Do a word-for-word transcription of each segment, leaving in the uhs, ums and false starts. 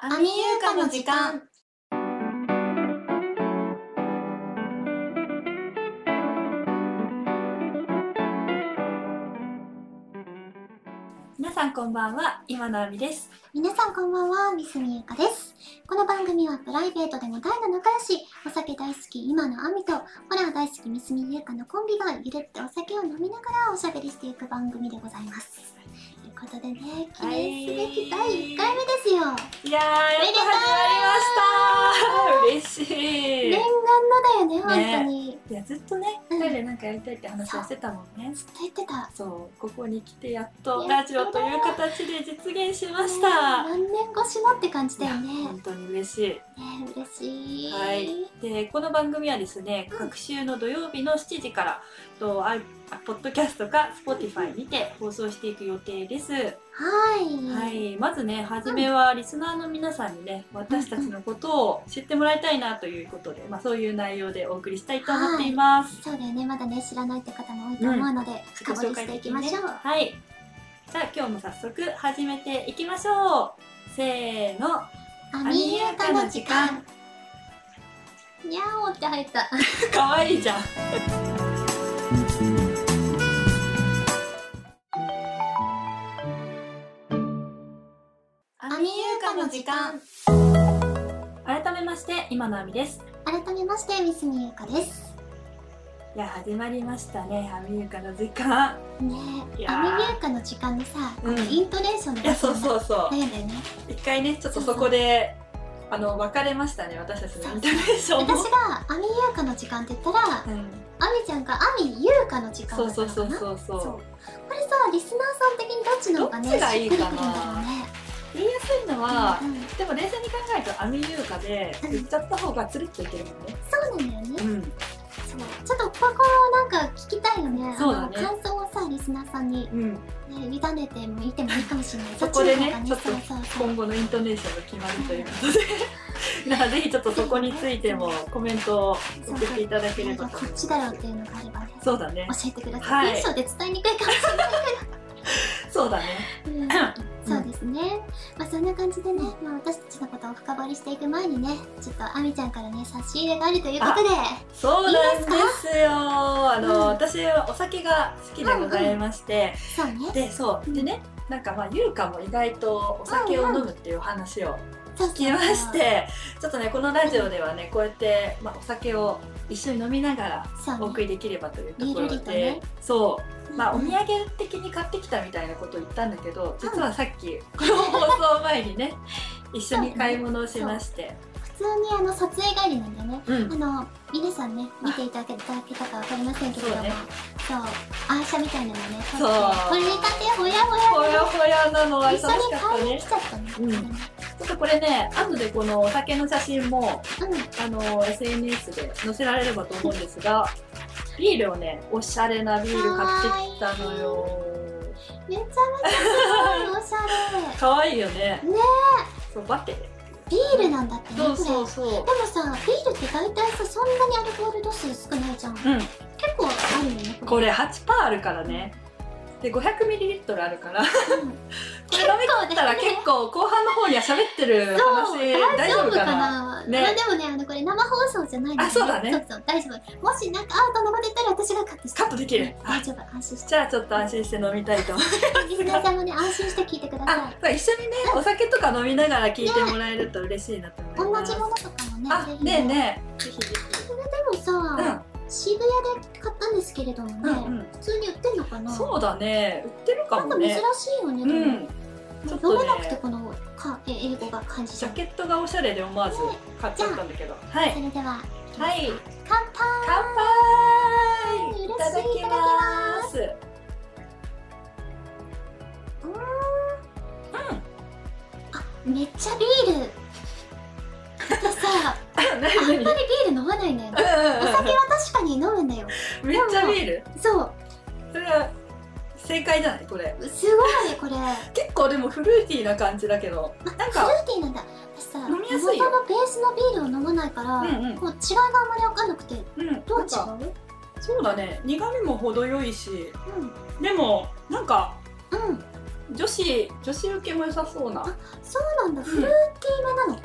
アミユーカの時間。皆さんこんばんは、今のあみです。 皆さんこんばんは、ミスミユーカです。この番組はプライベートでも大の仲良し、お酒大好き今のあみとホラー大好きミスミユーカのコンビがゆるってお酒を飲みながらおしゃべりしていく番組でございます。ということでね、記念すべきだいいっかいめですよ。 いやー、やっと始まりました。嬉しい。 念願のだよね、本当に。 いや、ずっとね、ふたりでなんかやりたいって話をしてたもんね。 ずっと言ってた。 そう、ここに来てやっとラジオという形で実現しました。 何年越しのって感じだよね。 本当に嬉しい。 ね、嬉しい。 はい。で、この番組はですね、各週の土曜日のしちじからとあポッドキャストか Spotify にて放送していく予定です。 はい。 はい。まずね、初めはリスナーの皆さんにね、私たちのことを知ってもらいたいなということで、まあそういう内容でお送りしたいと思っています。 そうだよね、まだね、知らないって方も多いと思うので、深掘りしていきましょう。 はい。じゃあ今日も早速始めていきましょう。せーの。 アミユーカの時間。にゃーおって入った。 かわいいじゃん。 アミユーカの時間。 改めまして今のあみです。 改めましてミスミユーカです。 いや、始まりましたね、アミユーカの時間。 ねえ、アミユーカの時間のさ、 うん、 イントネーションのいや、そうそうそう。 だよね。 一回ね、ちょっとそこであの分かれましたね、私たちのイントネーションも。 私がアミユーカの時間って言ったら、うん、アミちゃんがアミユーカの時間だったのかな。そうそうそうそうそう。これさ、リスナーさん的にどっちの方がね、 どっちがいいかな。 ね、 言いやすいのは、うんうん、でも冷静に考えるとアミユーカで言っちゃった方がつるっといけるもんね。 そうなんだよね。うん、そうちょっとここなんか聞きたいよね。 そうだね。 感想をさ、リスナーさんに、うんね、委ねてもいてもいいかもしれない。 そこでね、ちょっと今後のイントネーションが決まるということで、だからぜひちょっとそこについてもコメントを送っていただければと思います。 こっちだよっていうのがあればね。 そうだね。 教えてください。文章で伝えにくいかもしれないけど。 そうだね。 そうですね。まあそんな感じでね、まあ私たちのことを深掘りしていく前にね、ちょっとあみちゃんからね、差し入れがあるということで。 そうなんですよ。あの、私はお酒が好きでございまして。 そうね。 で、そう。でね、なんかまあ、ゆうかも意外とお酒を飲むっていう話を聞きまして、ちょっとね、このラジオではね、こうやって、まあ、お酒を一緒に飲みながらお送りできればというところで、そう。まあお土産的に買ってきたみたいなことを言ったんだけど、実はさっきこの放送前にね一緒に買い物をしまして、 普通にあの撮影帰りなんだよね、うん、あの皆さんね見ていただけたか分かりませんけれども、そうアーシャみたいなのね撮ってこれに買ってほやほやほやほやなのは一緒に買いに来ちゃったね。 うん、ちょっとこれね後でこのお酒の写真も、うん、あの エスエヌエス で載せられればと思うんですがビールをね、おしゃれなビール買ってきたのよ。 めちゃめちゃおしゃれ。 可愛いよね。 ねえ。そう、バテ。 ビールなんだってね。 そうそうそう。でもさ、ビールって大体さ、そんなにアルコール度数少ないじゃん。うん。結構あるよね。 これ はちパーセント あるからね。で ごひゃくミリリットル あるから。うんこれ飲み切ったら結構後半の方には喋ってる話大丈夫かな。 ね。まあでもね、あのこれ生放送じゃないので。 あ、そうだね。 そうそう大丈夫。もしなんかアウトのこと言ったら私がカットして。 カットできる。 大丈夫安心して。 じゃあちょっと安心して飲みたいと思います。 リスナーさんもね安心して聞いてください。 一緒にねお酒とか飲みながら聞いてもらえると嬉しいなと思います。 同じものとかもね。 あ、ねえねえ。ぜひぜひ。 それでもさ。渋谷で買ったんですけれどもね、うんうん、普通に売ってんのかな。 そうだね、売ってるかもね。 なんか珍しいよね。でも、うん、読めなくてこのか英語が感じジャケットがおしゃれで思わず買っちゃったんだけど。 はい。それでは、 はい。 乾杯。 乾杯。いただきます。 うん。うん。あ、めっちゃビール。私さ、あんまりビール飲まないんだよね。お酒は確かに飲むんだよ。 めっちゃビール？ そう。 それは正解じゃないこれ。 すごいこれ。 結構でもフルーティーな感じだけど。 なんかフルーティーなんだ。私さ、 飲みやすいよ。 元のベースのビールを飲まないから、こう違いがあんまり分かんなくて。どう違う？ そうだね。苦味も程よいし、でもなんか。うん。女子女子受けも良さそうな。 あ、そうなんだ。フルーティーめ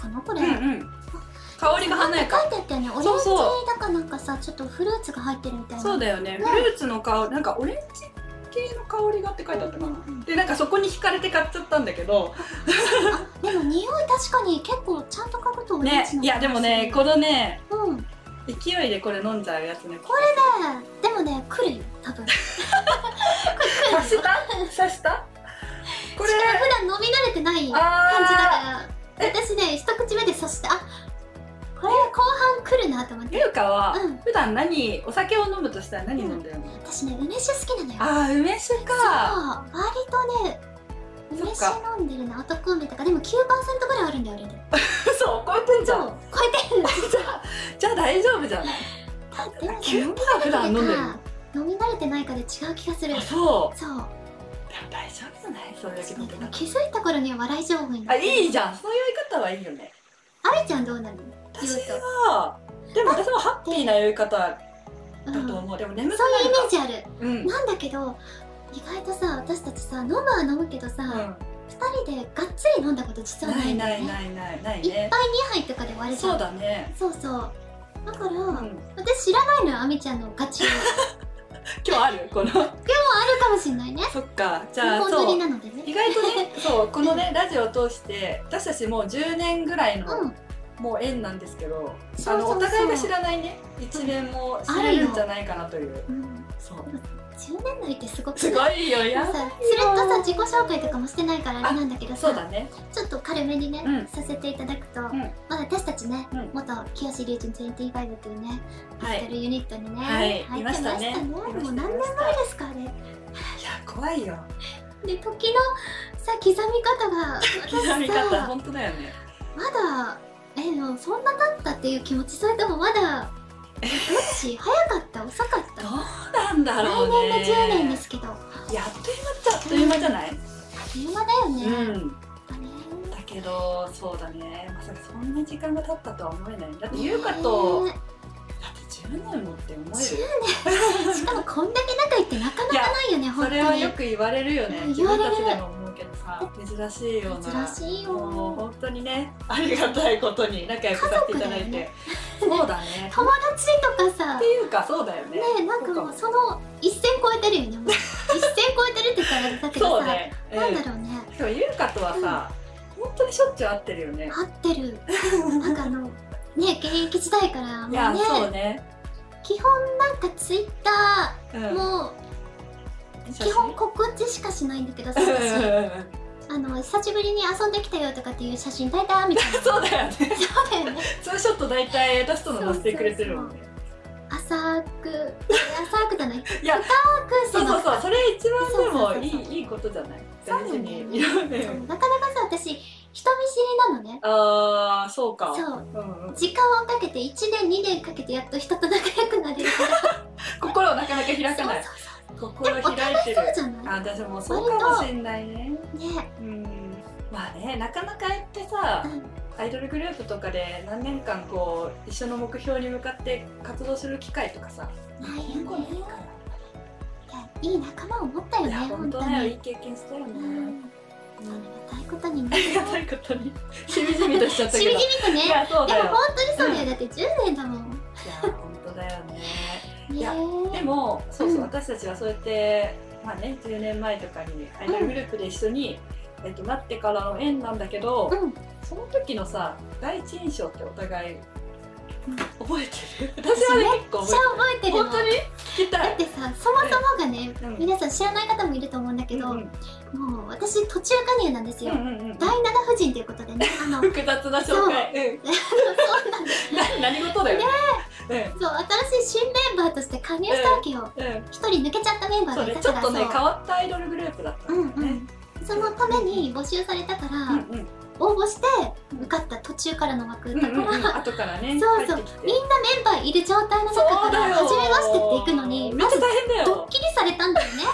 かなこれ。 うんうん。香りが華やか。 書いてあったよね。オレンジだかなんかさ、ちょっとフルーツが入ってるみたいな。 そうだよね。フルーツの香り、なんかオレンジ系の香りがって書いてあったかな。で、なんかそこに惹かれて買っちゃったんだけど。 あ、でも匂い確かに結構ちゃんと嗅ぐとオレンジの。 ね、いやでもね、このね、 うん。 勢いでこれ飲んじゃうやつね。 これね、でもね、来るよ、多分。 刺した刺したこれ普段飲み慣れてない感じだから、私ね、一口目で刺して、あ、これ後半来るなと思って。 ゆうかは、普段何、お酒を飲むとしたら何飲んでるの？ 私ね、梅酒好きなのよ。 あー、梅酒か。 そう、割とね、梅酒飲んでるな、男梅とか。でもきゅうパーセントぐらいあるんだよ、あれで。 そう、超えてんじゃん。 超えてるんですじゃあ、じゃあ大丈夫じゃない？ だって、 きゅうパー普段飲んでるの？ 飲み慣れてないかで違う気がする。 そう。 そう。 でも大丈夫じゃない？それだけ飲んでたら。 気づいた頃には笑い上手になあ、 ってる。 いいじゃん。そういう言い方はいいよね。 あみちゃんどうなの？ 私は、でも私もハッピーな酔い方だと思う。でも眠くなるか。 そういうイメージある。 うん。 なんだけど、意外とさ、私たちさ、飲むは飲むけどさ、二人でがっつり飲んだこと実はないんだよね。 ないないないないいっぱいにはいとかで終わるじゃん。 そうだね。 そうそう。だから、私知らないのよ、あみちゃんのガチを。 今日あるこの。今日もあるかもしれないね。 そっか。じゃあそう。意外とね、そうこのねラジオを通して私たちもうじゅうねんぐらいのもう縁なんですけど、あのお互いが知らないね一面も知れるんじゃないかなという。そう。 じゅうねん来ってすごくすごいよや。 スレッドさ自己紹介とかもしてないからあれなんだけどさ、 そうだね。 ちょっと軽めにねさせていただくと、まあ私たちね元清志龍神にじゅうごというねデジタルユニットにね入ってましたね。もう何年前ですかあれ。いや怖いよ。 で時のさ刻み方が刻み方本当だよね。 まだえのそんな経ったっていう気持ち、それともまだどっち早かった遅かった？ どうなんだろうね。 来年でじゅうねんですけど。いやあっという間っちゃあっという間じゃない？ あっという間だよね。うん。 だけどそうだね。まさかそんな時間が経ったとは思えない。だって優香とだってじゅうねんもって思える。 じゅうねん。しかもこんだけ仲いいってなかなかないよね。 それはよく言われるよね。 言われる。 けどさ、珍しいような。 珍しいよ。 もう本当にね、ありがたいことに仲良くさせていただいて。そうだね。 友達とかさ。 っていうかそうだよね。 ね、なんかもうその一線超えてるよね。もう一線超えてるって言ったらあれだけどさ、なんだろうね。 しかも優香とはさ、本当にしょっちゅう会ってるよね。 会ってる。なんかあのね、現役時代からもうね。 そうね。 基本なんかツイッターも。基本告知しかしないんだけどさ、私あの久しぶりに遊んできたよとかっていう写真大体みたいな。 そうだよね。 そうだよね。 ツーショット大体私との載せてくれてるもんね。 浅く浅くじゃない。 いや深くそうそうそう、それ一番でもいいいいことじゃない。大事に。 なかなかさ、私人見知りなのね。 ああそうか。 そう時間をかけていちねんにねんかけてやっと人と仲良くなれるから。 心をなかなか開かない。心開いてる。あ、私もそうかもしんないね。 ね。 うん。まあね、なかなかやってさ、アイドルグループとかで何年間こう一緒の目標に向かって活動する機会とかさ、 ないよね。いや、いい仲間を持ったよね。 本当ね、いい経験したよね。 ありがたいことに。 ありがたいことに。しみじみとしちゃったけど。 しみじみとね。 いや、そうだよ。 でも本当にそうだよ。だってじゅうねんだもん。いや、 本当だよね。いやでもそうそう、私たちはそうやってまあねじゅうねんまえとかにアイドルグループで一緒にえっとなってからの縁なんだけど、その時のさ第一印象ってお互い覚えてる？私はね結構覚えてる。 本当に聞きたい。 だってさ、そもそもがね、皆さん知らない方もいると思うんだけど、もう私途中加入なんですよ。第七夫人ということでね、あの複雑な紹介。そうなんです。何事だよ。 そう、新しい新メンバーとして加入したわけよ。一人抜けちゃったメンバーがいたから、 ちょっとね変わったアイドルグループだったんだよね。 そのために募集されたから応募して受かった途中からの枠だから後からね。 そうそう、みんなメンバーいる状態の中から初めましてっていくのにめっちゃ大変だよ。 ドッキリされたんだよね。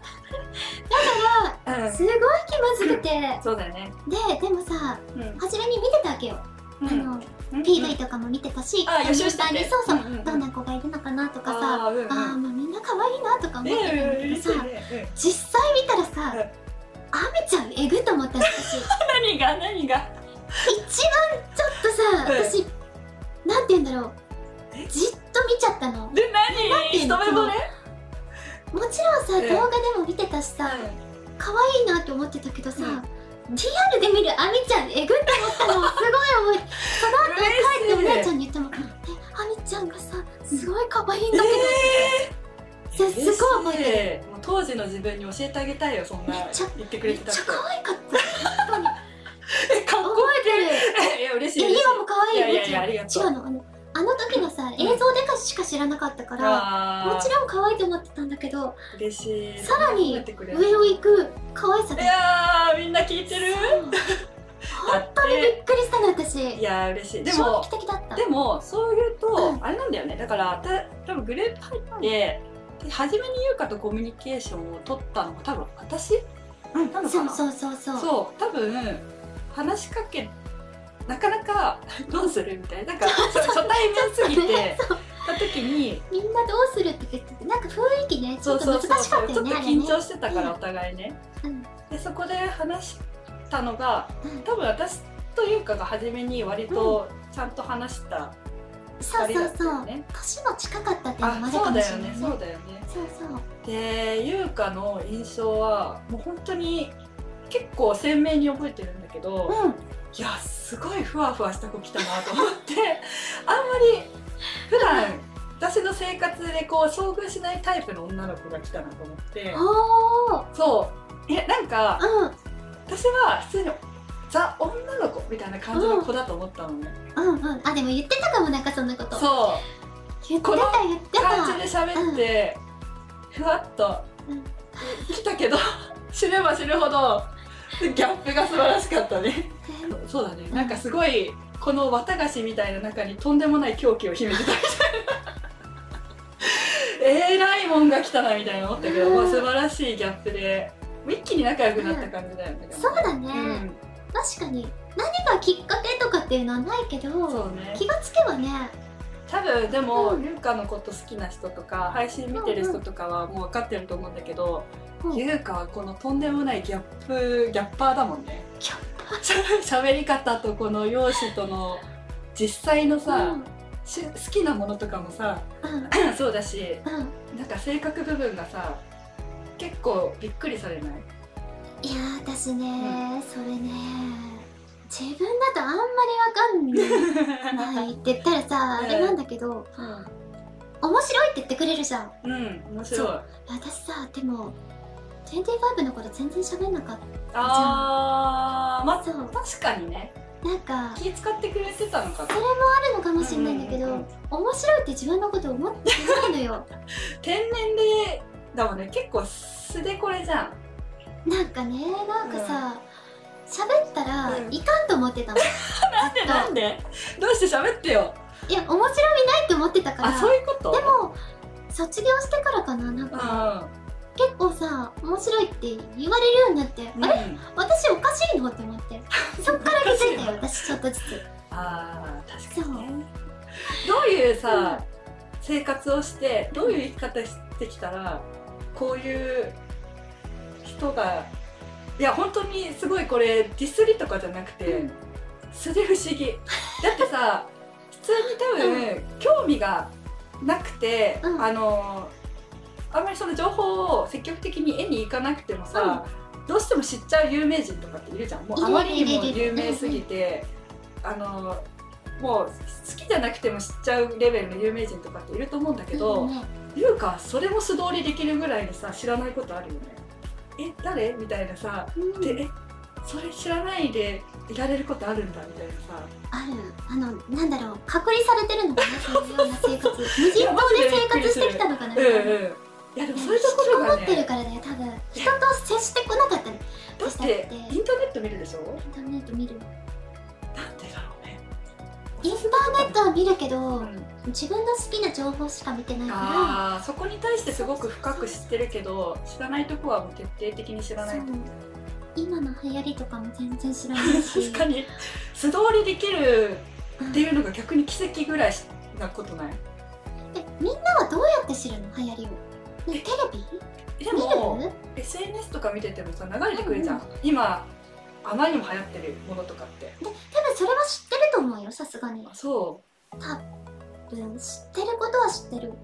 だからすごい気まずくて。 そうだよね。 ででもさ、初めに見てたわけよ。あのピーブイ とかも見てたし、インスタにそうそうどんな子がいるのかなとかさ、ああもうみんな可愛いなとか思ってたんだけどさ、実際見たらさ、あみちゃんえぐと思った私。 何が何が一番ちょさ、私なんて言うんだろう、じっと見ちゃったの。 で、何？一目惚れ？ もちろんさ、動画でも見てたしさ、可愛いなって思ってたけどさ、リアルで見るあみちゃんえぐって思ったのをすごい覚えて、その後帰ってお姉ちゃんに言っても「え、あみちゃんがさすごい可愛いんだけど」ってすごい覚えてる。 当時の自分に教えてあげたいよ、そんな言ってくれてたって。 めっちゃ可愛かった、本当に。 え、かっこ覚えてる。 いや、嬉しい。 いや、今も可愛い。 いやいやいや、ありがとう。 違うの、あのあの時のさ、映像でかしか知らなかったから、もちろん可愛いと思ってたんだけど、 嬉しい。 さらに上を行く可愛さで。 いやー、みんな聞いてる？ 本当にびっくりしたの、私。 いやー、嬉しい。でも、 衝撃的だった。 でも、そう言うと、あれなんだよね。だから、た多分グループ入って、初めに優香とコミュニケーションを取ったのが多分私？うん、なのかな？ そうそうそうそう。 そう、多分、話しかけ、なかなかどうするみたいな、なんか初対面すぎてた時にみんなどうするって言ってて、なんか雰囲気ね、ちょっと難しかったよね。 ちょっと緊張してたから、お互いね。でそこで話したのが、多分私と優香が初めに割とちゃんと話したそうそうそう、年も近かったっていうのもあるかもしれないね。 そうだよね、 そうそう。 で優香の印象はもう本当に結構鮮明に覚えてるんだけど、いや、すごいふわふわした子来たなと思ってあんまり普段私の生活でこう遭遇しないタイプの女の子が来たなと思って、そういや、なんか、うん、私は普通にザ女の子みたいな感じの子だと思ったのね。 うんうん、あ、でも言ってたかも、なんかそんなこと。 そう言ってた言ってた感じで喋って、うん、ふわっと、うん、来たけど知れば知るほどギャップが素晴らしかったね。そうだね、なんかすごいこの綿菓子みたいな中にとんでもない狂気を秘めてたみたいなえらいもんが来たなみたいな思ったけど、まあ、素晴らしいギャップで一気に仲良くなった感じだよね。 そうだね、うん、確かに何がきっかけとかっていうのはないけど、そう、ね、気がつけばね。 多分でも優香、うん、のこと好きな人とか配信見てる人とかはもう分かってると思うんだけど、優香はこのとんでもないギャップギャッパーだもんね。 ギャッパー喋り方とこの容姿との実際のさ、うん、し好きなものとかもさ、うん、そうだし、うん、なんか性格部分がさ結構びっくりされない？ いやー、私ね、うん、それね、自分だとあんまりわかんないって言ったらさ、あれなんだけど、うん、面白いって言ってくれるじゃん。 うん、面白い。 私さ、でもにじゅうごの頃全然喋んなかったじゃん。 あー、まあ、そう、確かにね。 なんか気使ってくれてたのかな。 それもあるのかもしれないんだけど、うんうんうん、面白いって自分のこと思ってないのよ。 天然でだもんね、結構素でこれじゃん。 なんかね、なんかさ、喋、うん、ったらいかんと思ってたの。 なんでなんでどうして喋ってよ。 いや、面白みないって思ってたから。 あ、そういうこと。 でも卒業してからかな、なんか、うん、結構さ、面白いって言われるようになって、うん、あれ私おかしいのって思ってそっから気づいたよ、私ちょっとずつ。 あー、確かにね。どういうさ、うん、生活をしてどういう生き方してきたらこういう人が、いや本当にすごいこれディスりとかじゃなくて、うん、素で不思議だってさ普通に多分、うん、興味がなくて、うん、あのあんまりその情報を積極的に得に行かなくてもさ、うん、どうしても知っちゃう有名人とかっているじゃん。もうあまりにも有名すぎて、あのもう好きじゃなくても知っちゃうレベルの有名人とかっていると思うんだけど、優香、それも素通りできるぐらいにさ知らないことあるよね。え、誰みたいなさ、うん、で、え、それ知らないでいられることあるんだみたいなさ。 ある。あの、なんだろう、隔離されてるのかな、そういうような生活。無人島で生活してきたのかな。うんうん。 いやでもそういうところがね、 引きこもってるからだよ、多分。人と接してこなかったの。 だってインターネット見るでしょ。インターネット見る。 なんでだろうね。 インターネットは見るけど、うん、自分の好きな情報しか見てないから。 ああ、そこに対してすごく深く知ってるけど、知らないとこはもう徹底的に知らないと思う。 今の流行りとかも全然知らないし。 確かに素通りできるっていうのが逆に奇跡ぐらいなことない？ え、みんなはどうやって知るの、流行りを？ね、テレビ？ でも エスエヌエス とか見ててもさ、流れてくるじゃん、うん、今あまりにも流行ってるものとかって。で、 多分それは知ってると思うよ、さすすがに。 そう多分知ってることは知ってる。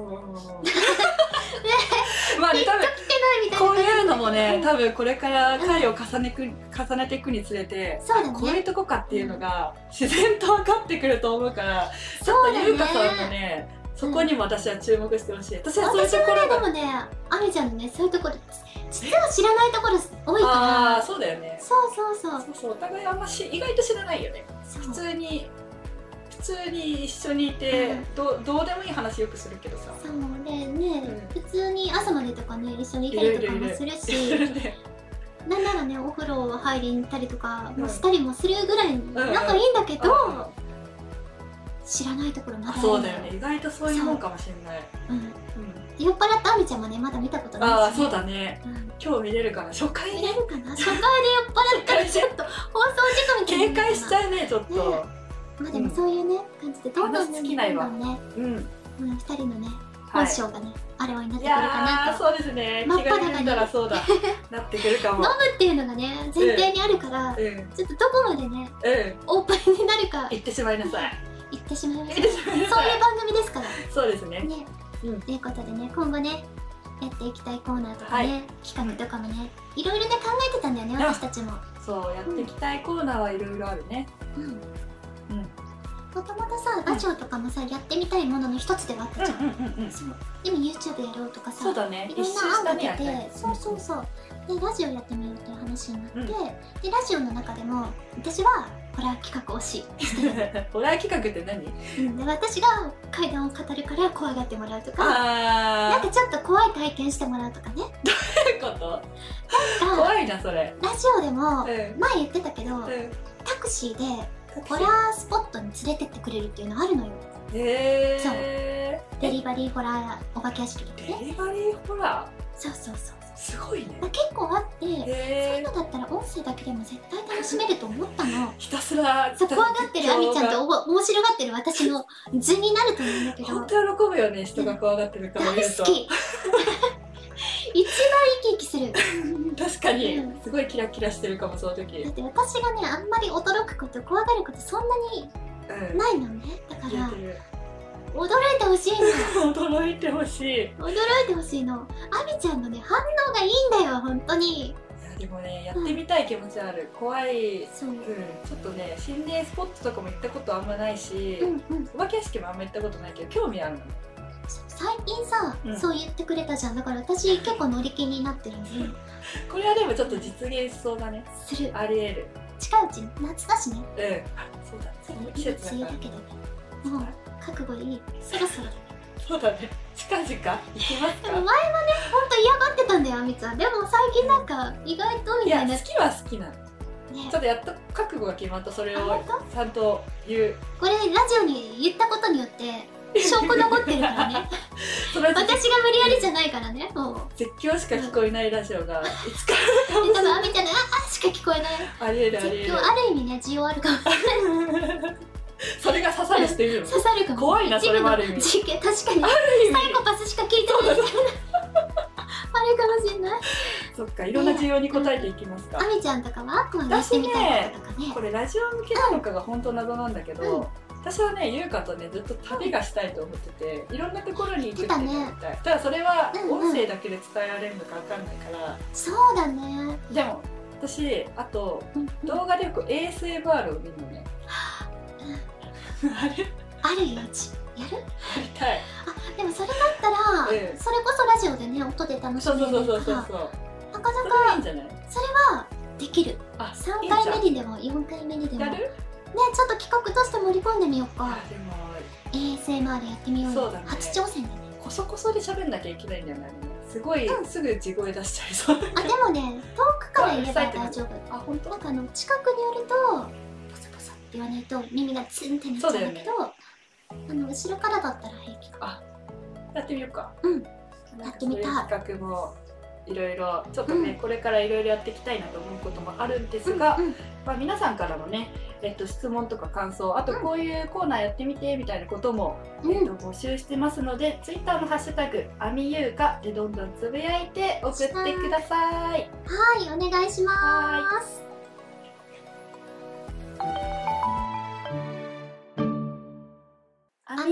まあね、多分みたいなこういうのもね、多分これから回を重ねく重ねていくにつれて、 そうだね、 こういうとこかっていうのが自然と分かってくると思うから、ちょっとゆうかさんのね、そこにも私は注目してほしい。私はそういうところが、 私はね、でもね、あみちゃんのね、そういうところ実は知らないところ多いから。 ああ、そうだよね。 そうそうそうそうそう、お互いあんまし意外と知らないよね。普通に普通に一緒にいて、うん、ど, どうでもいい話よくするけどさ。 そうでね、うん、普通に朝までとかね一緒にいたりとかもするし、なんならねお風呂入りに行ったりとかもしたりもするぐらい仲いいんだけど、うんうん、知らないところまだある。 そうだよね、意外とそういうもんかもしれない。うん、うん、 酔っ払ったあみちゃんもねまだ見たことないし、ね、 ああそうだね、うん、今日見れるかな、初回見れるかな、初回で酔っ払ったらちょっと放送事故みたいな警戒しちゃうねちょっと、ね、 まあでもそういうね、うん、感じでどんどんね、どんどんね、うん、うん、ふたりのね、本性がね、あらわになってくるかなと。 そうですね。真っ裸にならそうだ、なってくるかも。 飲むっていうのがね、前提にあるから、ちょっとどこまでね、オープンになるか。 言ってしまいなさい。 言ってしまいなさい。そういう番組ですから。 そうですね。 ね、ということでね、今後ね、やっていきたいコーナーとかね、企画とかもね、いろいろね考えてたんだよね、私たちも。 そう、やっていきたいコーナーはいろいろあるね。うん。 もともとさ、ラジオとかもさ、やってみたいものの一つではあったじゃん。でも YouTube やろうとかさ、いろんな案が出て、そうそうそう。で、ラジオやってみようっていう話になって、で、ラジオの中でも、私はホラー企画推ししてる。 ホラー企画って何？ うん、で、私が怪談を語るから怖がってもらうとか、なんかちょっと怖い体験してもらうとかね。 どういうこと？なんか怖いな、それ。 ラジオでも、前言ってたけど、タクシーで、ホラースポットに連れてってくれるっていうのあるのよ。へー。そう。デリバリーホラーお化け屋敷とかね。 デリバリーホラー？ そうそうそう。 すごいね。 結構あって、そういうのだったら音声だけでも絶対楽しめると思ったの。 ひたすらそう、怖がってるあみちゃんと面白がってる私の図になると思うんだけど。 本当喜ぶよね、人が怖がってるから見ると。 大好き。一番生き生きする。 確かに、うん、すごいキラキラしてるかも、その時。 だって私がね、あんまり驚くこと怖がることそんなにないのね、うん、だから驚いてほしいの。 驚いてほしい驚いてほしいの。あみちゃんのね反応がいいんだよ、本当に。 いやでもね、やってみたい気持ちある、うん、怖い。そう、うん、ちょっとね、心霊スポットとかも行ったことあんまないし、うんうん、お化け屋敷もあんま行ったことないけど興味あるの。 最近さ、うん、そう言ってくれたじゃん。だから私結構乗り気になってるんでこれはでもちょっと実現しそうだね。する、ありえる。 近いうちに、夏だしね。 うん、そうだ、その季節だから。梅雨だけどね、もう覚悟いい、そろそろ。 そうだね、近々行きますか。 でも前はね、ほんと嫌がってたんだよ、あみちゃん。でも最近なんか意外とみたいな。 いや、好きは好きなの、ね、ちょっとやっと覚悟が決まった。それをちゃんと言う。 これラジオに言ったことによって証拠残ってるからね私が無理やりじゃないからね。もう絶叫しか聞こえないラジオがいつか多分あみちゃんの「ああ」しか聞こえない。 ありえるありえる。 絶叫ある意味ね、需要あるかもしれないそれが刺さる人いるの。 刺さるかも。 怖いな、それもある意味。 確かにサイコパスしか聞いてないみたいなあるかもしれない。 そっか、いろんな需要に応えていきますか。 あみちゃんとかはこうやってみたいこととかね。 これラジオ向けなのかが本当謎なんだけど、私はね、ゆうかとね、ずっと旅がしたいと思ってて、いろんなところに行くっていうのをやりたい。ただそれは音声だけで伝えられるのかわかんないから。 そうだね。 でも私、あと動画でよく エーエスエムアール を見るのね。あれあるよ、うちやる？やりたい。 あ、でもそれだったら、それこそラジオでね、音で楽しめるから、なかなかいいんじゃない？ それはできる。さんかいめにでもよんかいめにでもやる？ ね、ちょっと企画として盛り込んでみようか。でも エーエスエムアール やってみようよ。初挑戦だね。 こそこそで喋んなきゃいけないんだよね。すごいすぐ地声出しちゃいそう。 あ、でもね、遠くから言えば大丈夫。 あ、本当？ なんかあの近くに寄るとボサボサって言わないと耳がツンってなっちゃうんだけど、あの後ろからだったら平気か。 あ、やってみようか。 うん。やってみたい。 企画もいろいろちょっとね、うん、これからいろいろやっていきたいなと思うこともあるんですが、うんうん、まあ、皆さんからのね、えっと、質問とか感想、あとこういうコーナーやってみてみたいなことも、うん、えっと、募集してますので、ツイッターのハッシュタグあみゆうかでどんどんつぶやいて送ってください。 はい、お願いします。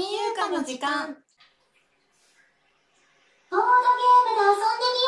みゆうかの時間。ボードゲームで遊んで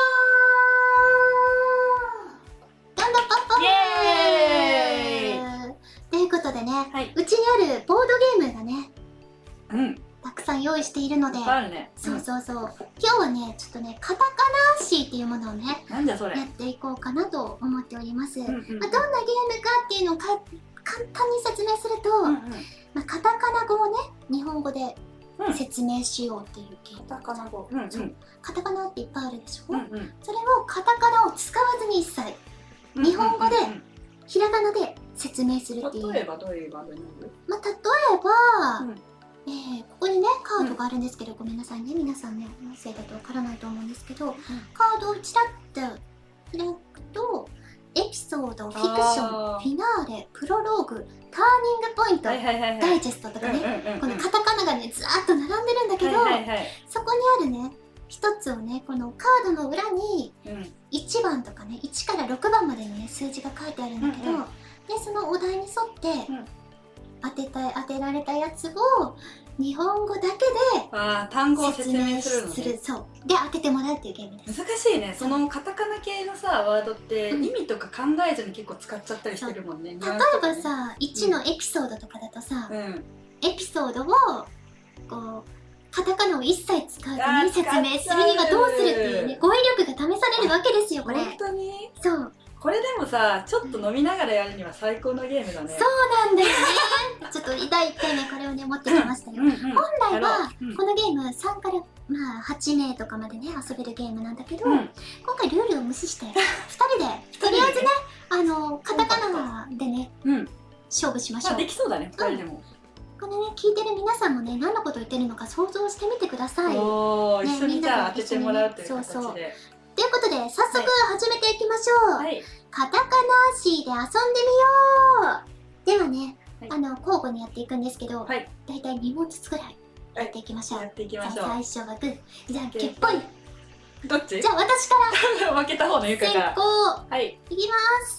みよう。どんどんパッパイエーイということでね、 はい、 うちにあるボードゲームがね、 うん、 たくさん用意しているので、 あるね、 うん、そうそうそう。今日はね、ちょっとね、カタカナーシーっていうものをね、 なんじゃそれやっていこうかなと思っております。うんうん、まあ、どんなゲームかっていうのをか簡単に説明すると、うんうん、まあ、カタカナ語をね、日本語で説明しようっていうゲーム。 カタカナ語、うんうん、 カタカナっていっぱいあるでしょ、うんうん、それをカタカナを使わずに一切、日本語で、ひらがなで説明するっていう。 例えばどういう場面になる？ まあ、例えば、うん、えー、ここにね、カードがあるんですけど、うん、ごめんなさいね、皆さんね、音声だとわからないと思うんですけど、うん、カードをちらっと開くと、エピソード、フィクション、フィナーレ、プロローグ、ターニングポイント、ダイジェストとかね、このカタカナがね、ずーっと並んでるんだけど、そこにあるね、一つをね、このカードの裏に、いちばんとかね、いちからろくばんまでのね、数字が書いてあるんだけど、うんうん、で、そのお題に沿って、うん、当てたい、当てられたやつを、日本語だけであ単語を説明するのね。 そうで当ててもらうっていうゲームです。 難しいね。そのカタカナ系のさワードって意味とか考えずに結構使っちゃったりしてるもんね。 例えばさ、いちのエピソードとかだとさ、うん、エピソードをこうカタカナを一切使わずに説明するにはどうするっていうね、語彙力が試されるわけですよこれ。 本当に？ そう。 これでもさ、ちょっと飲みながらやるには最高のゲームだね。 そうなんだよね。ちょっとだいいっかいめこれをね持ってきましたよ。うんうん、本来はこのゲームさんからまあはちめいとかまでね遊べるゲームなんだけど、うん、今回ルールを無視してふたりでとりあえずねあのカタカナでね、うん、勝負しましょう。 まあできそうだねふたりでも。うん、 このね聞いてる皆さんもね何のこと言ってるのか想像してみてください。 おー、ね、一緒にじゃあ当ててもらうという形で。そうそう。 ということで早速始めていきましょう。はい、カタカナーシーで遊んでみよう。ではね、はい、あの交互にやっていくんですけど、はい、だいたいに問ずつぐらいやっていきましょう。 やっていきましょう。 最初はグー、じゃんけんぽい。 どっち？ じゃあ私から負けた方のゆかから。 先行。はい。いきます。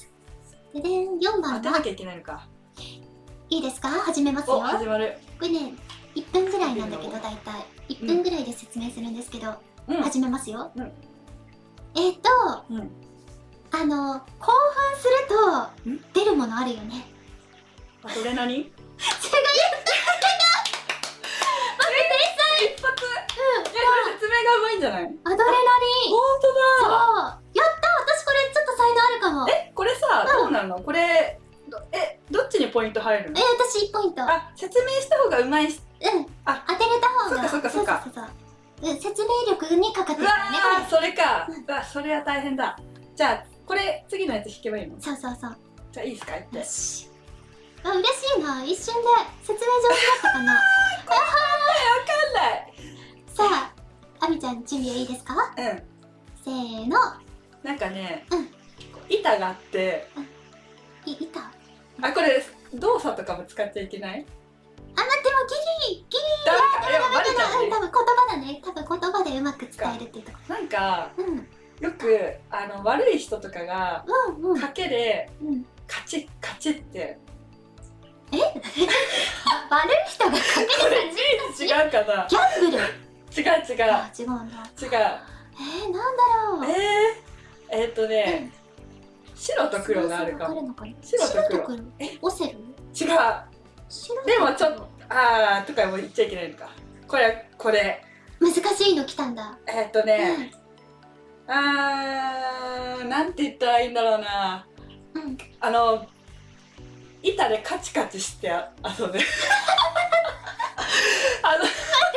ででんよんばんは。 当てなきゃいけないのか。 いいですか？始めますよ。 始まる。 これね、いっぷんぐらいなんだけどだいたいいっぷんぐらいで説明するんですけど、うん、始めますよ。うん、えっと、うん、あの興奮すると出るものあるよね。 あ、それ何？ それが言った待って天才一発。うん。いや、説明がうまいんじゃない？アドレナリン。 本当だ。 そう。やった。私これちょっと才能あるかも。 え、これさ、どうなの？これえ、どっちにポイント入るの？ え、私いちポイント。 あ、説明した方がうまいし。 うん。あ、当てれた方が。 そっかそっかそっか。 説明力にかかってるからね。 あ、それか。うわ、それは大変だ。じゃあこれ次のやつ引けばいいの？ そうそうそう。 じゃあいいですか？言って。よし。 あ、嬉しいな。一瞬で説明上手だったかな。わかんない。 さあ、あみちゃん準備はいいですか？うん。せーの。 なんかね、うん、板があって。 い、板？ あ、これ動作とかも使っちゃいけない？ あ、待ってもギリギリ。ダメか。いや、バレちゃうね。多分言葉だね。多分言葉でうまく伝えるっていうとこ。 なんか、うん、よくあの悪い人とかが賭けでカチッカチッって。 え？悪い人が賭けでこれ事実違うかな？ ギャンブル。 違う違う。 あ、違うんだ。 違う。 えー、なんだろう。 えー、えーっとね、白と黒があるかも。 白と黒。え、オセル？ 違う。でもちょっとあーとかも言っちゃいけないのか。これこれ。 難しいの来たんだ。 えーっとね、あーなんて言ったらいいんだろうな。うん。あの板でカチカチして遊ぶ。あの。 全然ピンとこないんだ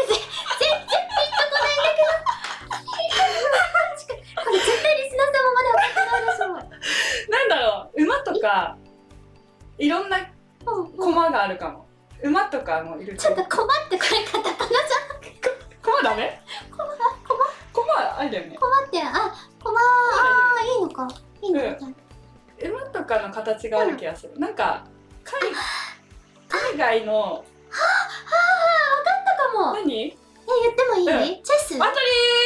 けど。これ絶対リスナーさんもまだ分かってないでしょ。 なんだろう、馬とかいろんな駒があるかも。馬とかもいる。 ちょっと駒ってこれカタカナじゃなくて。 駒ダメ？駒だ？駒？駒あるよね。 駒ってあ駒あいいのかいいのか。 馬とかの形がある気がする。なんか海海外の。はあはあ分かったかも。 何？ え言ってもいい？チェス？ 当たりー。あ、や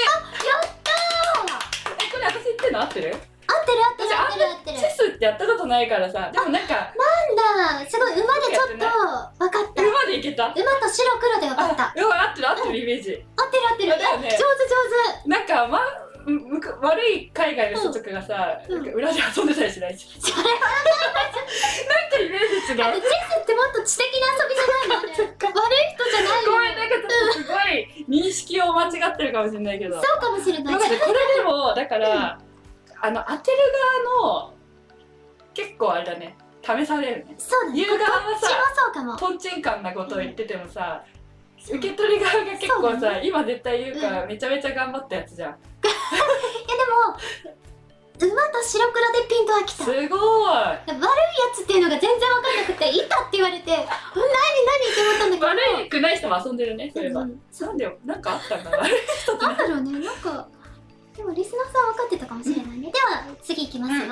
ったー。えこれ私言ってんの合ってる？ 合ってる合ってる合ってる合ってる。 チェスってやったことないからさ。でもなんかなんだすごい馬でちょっと分かった。 馬でいけた。 馬と白黒で分かった。 うわ、合ってる合ってるイメージ。 合ってる合ってる。 だよね。 上手上手。 なんかまむく悪い海外の人とかがさ、 うん、 なんか裏で遊んでたりしないし。それはなんかイメージ違う。 チェスってもっと知的な遊びじゃないの？あれ。悪い人じゃないよ。 ごめん、なんかちょっとすごい認識を間違ってるかもしれないけど。 そうかもしれない。 これでもだから、うん、あの当てる側の結構あれだね。試されるね。 そうだね。 言う側はさ、 とんちんかんなことを言っててもさ、うん、受け取り側が結構さ、ね、今絶対言うからめちゃめちゃ頑張ったやつじゃん。いやでも馬と白黒でピントはきた。 すごい。悪いやつっていうのが全然分かんなくて、いたって言われて、何何って思ったんだけど。 悪くない人も遊んでるね。そういえば。なんでよ、なんかあったんだ。悪い人って。 なんだろうね、なんか。でもリスナーさん分かってたかもしれないね。では次いきますよ。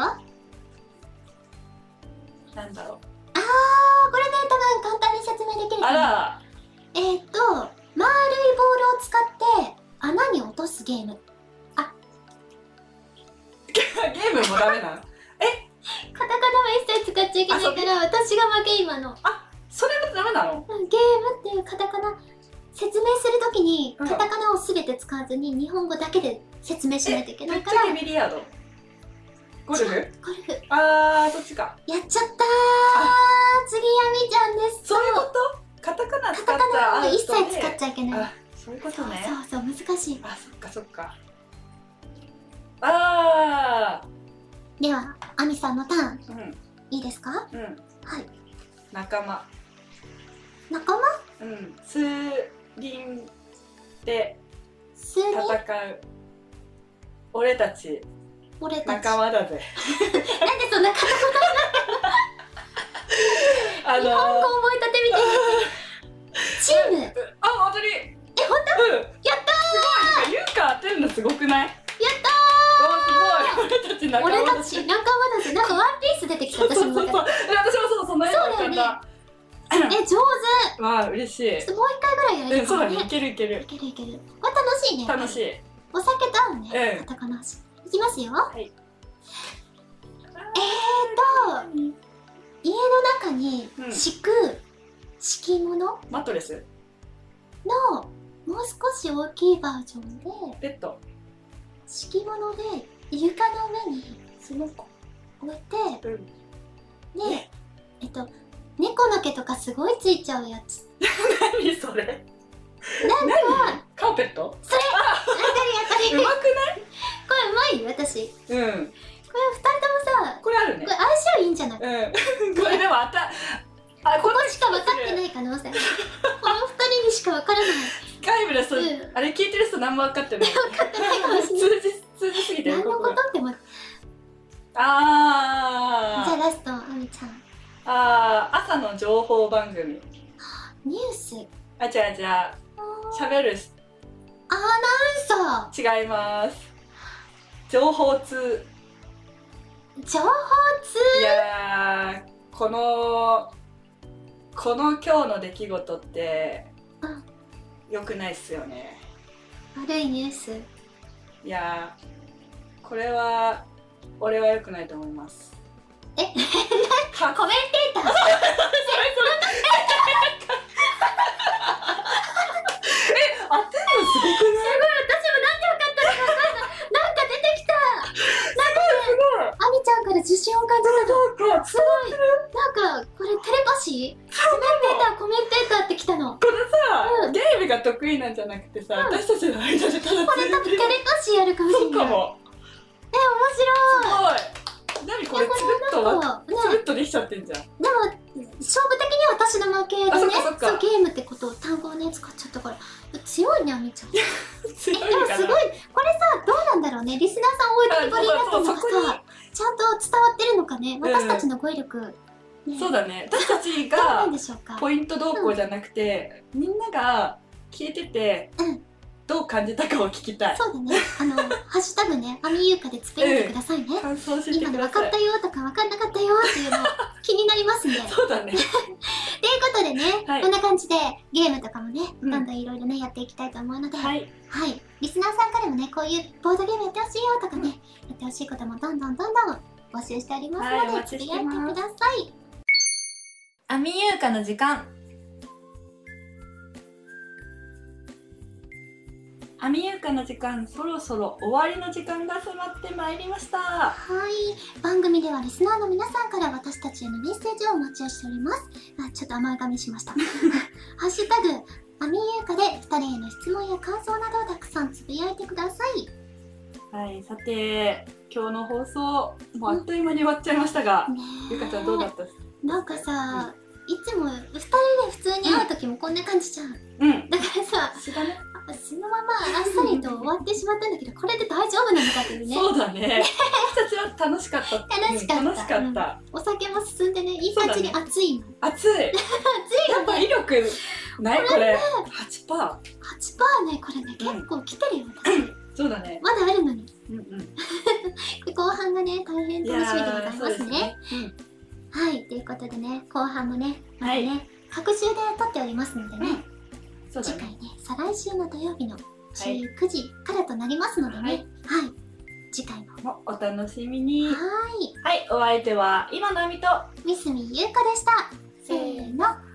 なんだろう。 あー、これね、多分簡単に説明できるかな。 あら。 えーっと、丸いボールを使って穴に落とすゲーム。あ、 ゲームもダメなの？え？ カタカナは一切使っちゃいけないから、私が負け今の。 あ、それもダメなの？ ゲームっていうカタカナ、説明するときにカタカナをすべて使わずに日本語だけで説明しないといけないから。 ぶっちゃけビリヤード？ゴルフ？ ゴルフ。 あー、そっちか。 やっちゃったー。次、やみちゃんです。 そういうこと？カタカナ使っちゃカタカナを一切使っちゃいけない。 あ、そういうことね。 そうそうそう、難しい。 あ、そっかそっか。あー。では、あみさんのターン。 うん。 いいですか？ うん。 はい。 仲間。 仲間？ うん。数人で数人？ 戦う。俺たち。 俺たち。 仲間だぜ。 なんでそんな片言になるの？日本語覚えたてみたい。チーム。 あ、本当に。 え、本当？ うん。 やったー。すごい。なんかユウカ当てるのすごくない？ やったー。すごい。俺たち仲間だ。俺たち仲間だぜ。なんかワンピース出てきた。私も。 そうそうそう。私もそう、その絵が浮かんだ。 え、上手。 わあ、嬉しい。 ちょっともう一回ぐらいやる。 うん、そうだね。いけるいける。 いけるいける。わ、楽しいね。 楽しい。 お酒と合うね。 うん。 カタカナ味。いきますよ。はい。えーと、家の中に敷く敷物マットレスのもう少し大きいバージョンで、 ベッド敷物で床の上にその子置いて、 うん、 で、えっと猫の毛とかすごいついちゃうやつ。 何それ？ なんかカーペット？ それ当たり当たり。 うまくない？ これうまいよ私。 うん。 これふたりともさ、 これあるね。 これ相性いいんじゃない？ うん。これでもあたあ、ここしか分かってない可能性。このふたりにしか分からない。 外部でそう、あれ聞いてる人何も分かってない。 分かってないかもしれない。 通じ通じすぎて何のことっても。 ああ。 じゃあラストあみちゃん。 ああ、朝の情報番組。 ニュース。 あ、じゃあじゃあ喋る。 アナウンサー。違います。情報通。 情報通。 いやー、このこの今日の出来事って良くないっすよね。 悪いニュース。 いやー、これは俺は良くないと思います。 え、コメンテーター。それそれ。 え、当てるのすごくない？すごい、 私もなんで分かったのか分かんない。なんか出てきた。なんかすごい。 あみちゃんから自信を感じたの。すごい。なんかこれテレパシー？コメンテーターコメンテーターってきたの。 これさ、うん、ゲームが得意なんじゃなくてさ、うん、私たちの間でただこれ多分テレパシーやるかもしれない。 そうかも。 え、面白い。 すごい。何これつるっとつるっとできちゃってんじゃん。 でも勝負的には私の負けでね。そうゲームってことを単語をね使っちゃったから強いねあみちゃん。 強いかな。 え、でもすごいこれさどうなんだろうね。リスナーさん置いてきぼりになったのがさちゃんと伝わってるのかね。私たちの語彙力。 そうだね。私たちがポイント動向じゃなくてみんなが聞いてて。どう感じたかを聞きたい。 そうだね。あのハッシュタグね、あみゆうかでつぶやいてくださいね。 感想してください。 今の分かったよとか分かんなかったよっていうの気になりますね。 そうだね。ということでね、こんな感じでゲームとかもね、どんどんいろいろねやっていきたいと思うので、はい、リスナーさんからもねこういうボードゲームやってほしいよとかね、やってほしいこともどんどんどんどん募集しておりますので、つぶやいてください。 あみゆうかの時間。 アミユーカの時間、そろそろ終わりの時間が迫ってまいりました。 はい、番組ではリスナーの皆さんから私たちへのメッセージをお待ちしております。あ、ちょっと甘噛みしました。ハッシュタグアミユーカでふたりへの質問や感想などをたくさんつぶやいてください。 はい、さて今日の放送もうあっという間に終わっちゃいましたが、 ねゆかちゃんどうだったですか？ なんかさ、いつもふたりで普通に会う時もこんな感じじゃん。 うん、 だからさ、 知らね。 そのままあっさりと終わってしまったんだけど、これで大丈夫なのかっていうね。 そうだね。私たちは楽しかった。 楽しかった。 うん、楽しかった、 うん。お酒も進んでね、いい感じに熱いの。 熱い。熱いやっぱ威力ないこれ。八パー。 八パーね、これね、結構来てるよ、私。 そうだね。 まだあるのに。 うんうん。 後半がね、大変楽しみでございますね。 うん、 はい、ということでね、後半もね、またね、隔週で撮っておりますのでね。 そうだね。 次回ね、再来週の土曜日のじゅうくじからとなりますのでね、はい、はい、次回もお楽しみに。 はい、 はい、お相手は今のあみと三角優香でした。せーの。